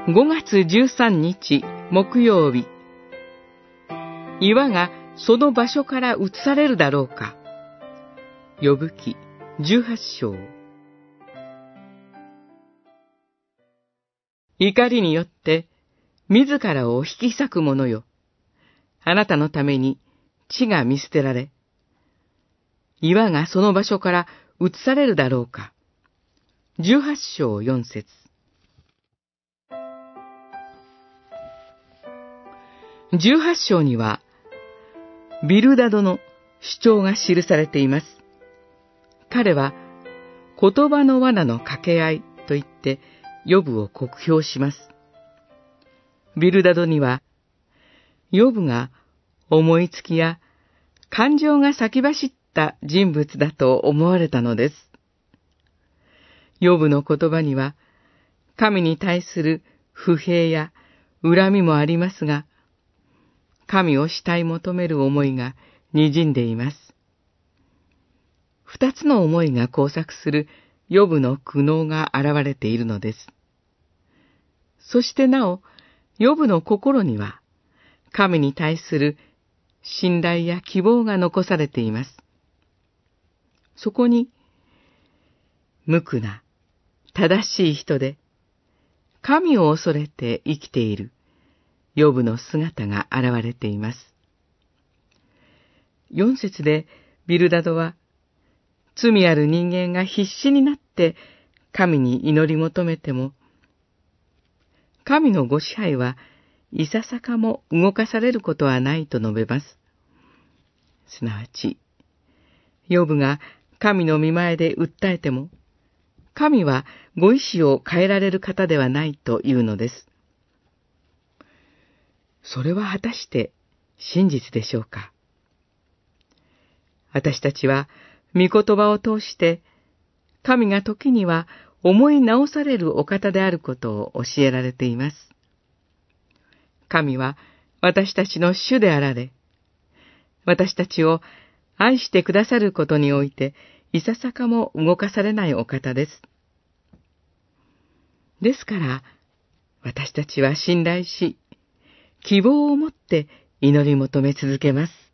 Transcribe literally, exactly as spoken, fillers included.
ごがつじゅうさんにち木曜日。岩がその場所から移されるだろうか。呼ぶ記じゅうはちしょう。怒りによって自らを引き裂く者よ。あなたのために地が見捨てられ、岩がその場所から移されるだろうか。じゅうはちしょうよんせつ。じゅうはちしょうには、ビルダドの主張が記されています。彼は、言葉の罠の掛け合いと言って、ヨブを酷評します。ビルダドには、ヨブが思いつきや感情が先走った人物だと思われたのです。ヨブの言葉には、神に対する不平や恨みもありますが、神を慕い求める思いが滲んでいます。二つの思いが交錯するヨブの苦悩が現れているのです。そしてなお、ヨブの心には、神に対する信頼や希望が残されています。そこに、無垢な、正しい人で、神を恐れて生きている、ヨブの姿が現れています。四節でビルダドは、罪ある人間が必死になって神に祈り求めても、神のご支配はいささかも動かされることはないと述べます。すなわち、ヨブが神の御前で訴えても、神はご意志を変えられる方ではないというのです。それは果たして真実でしょうか。私たちは御言葉を通して、神が時には思い直されるお方であることを教えられています。神は私たちの主であられ、私たちを愛してくださることにおいて、いささかも動かされないお方です。ですから、私たちは信頼し、希望を持って祈り求め続けます。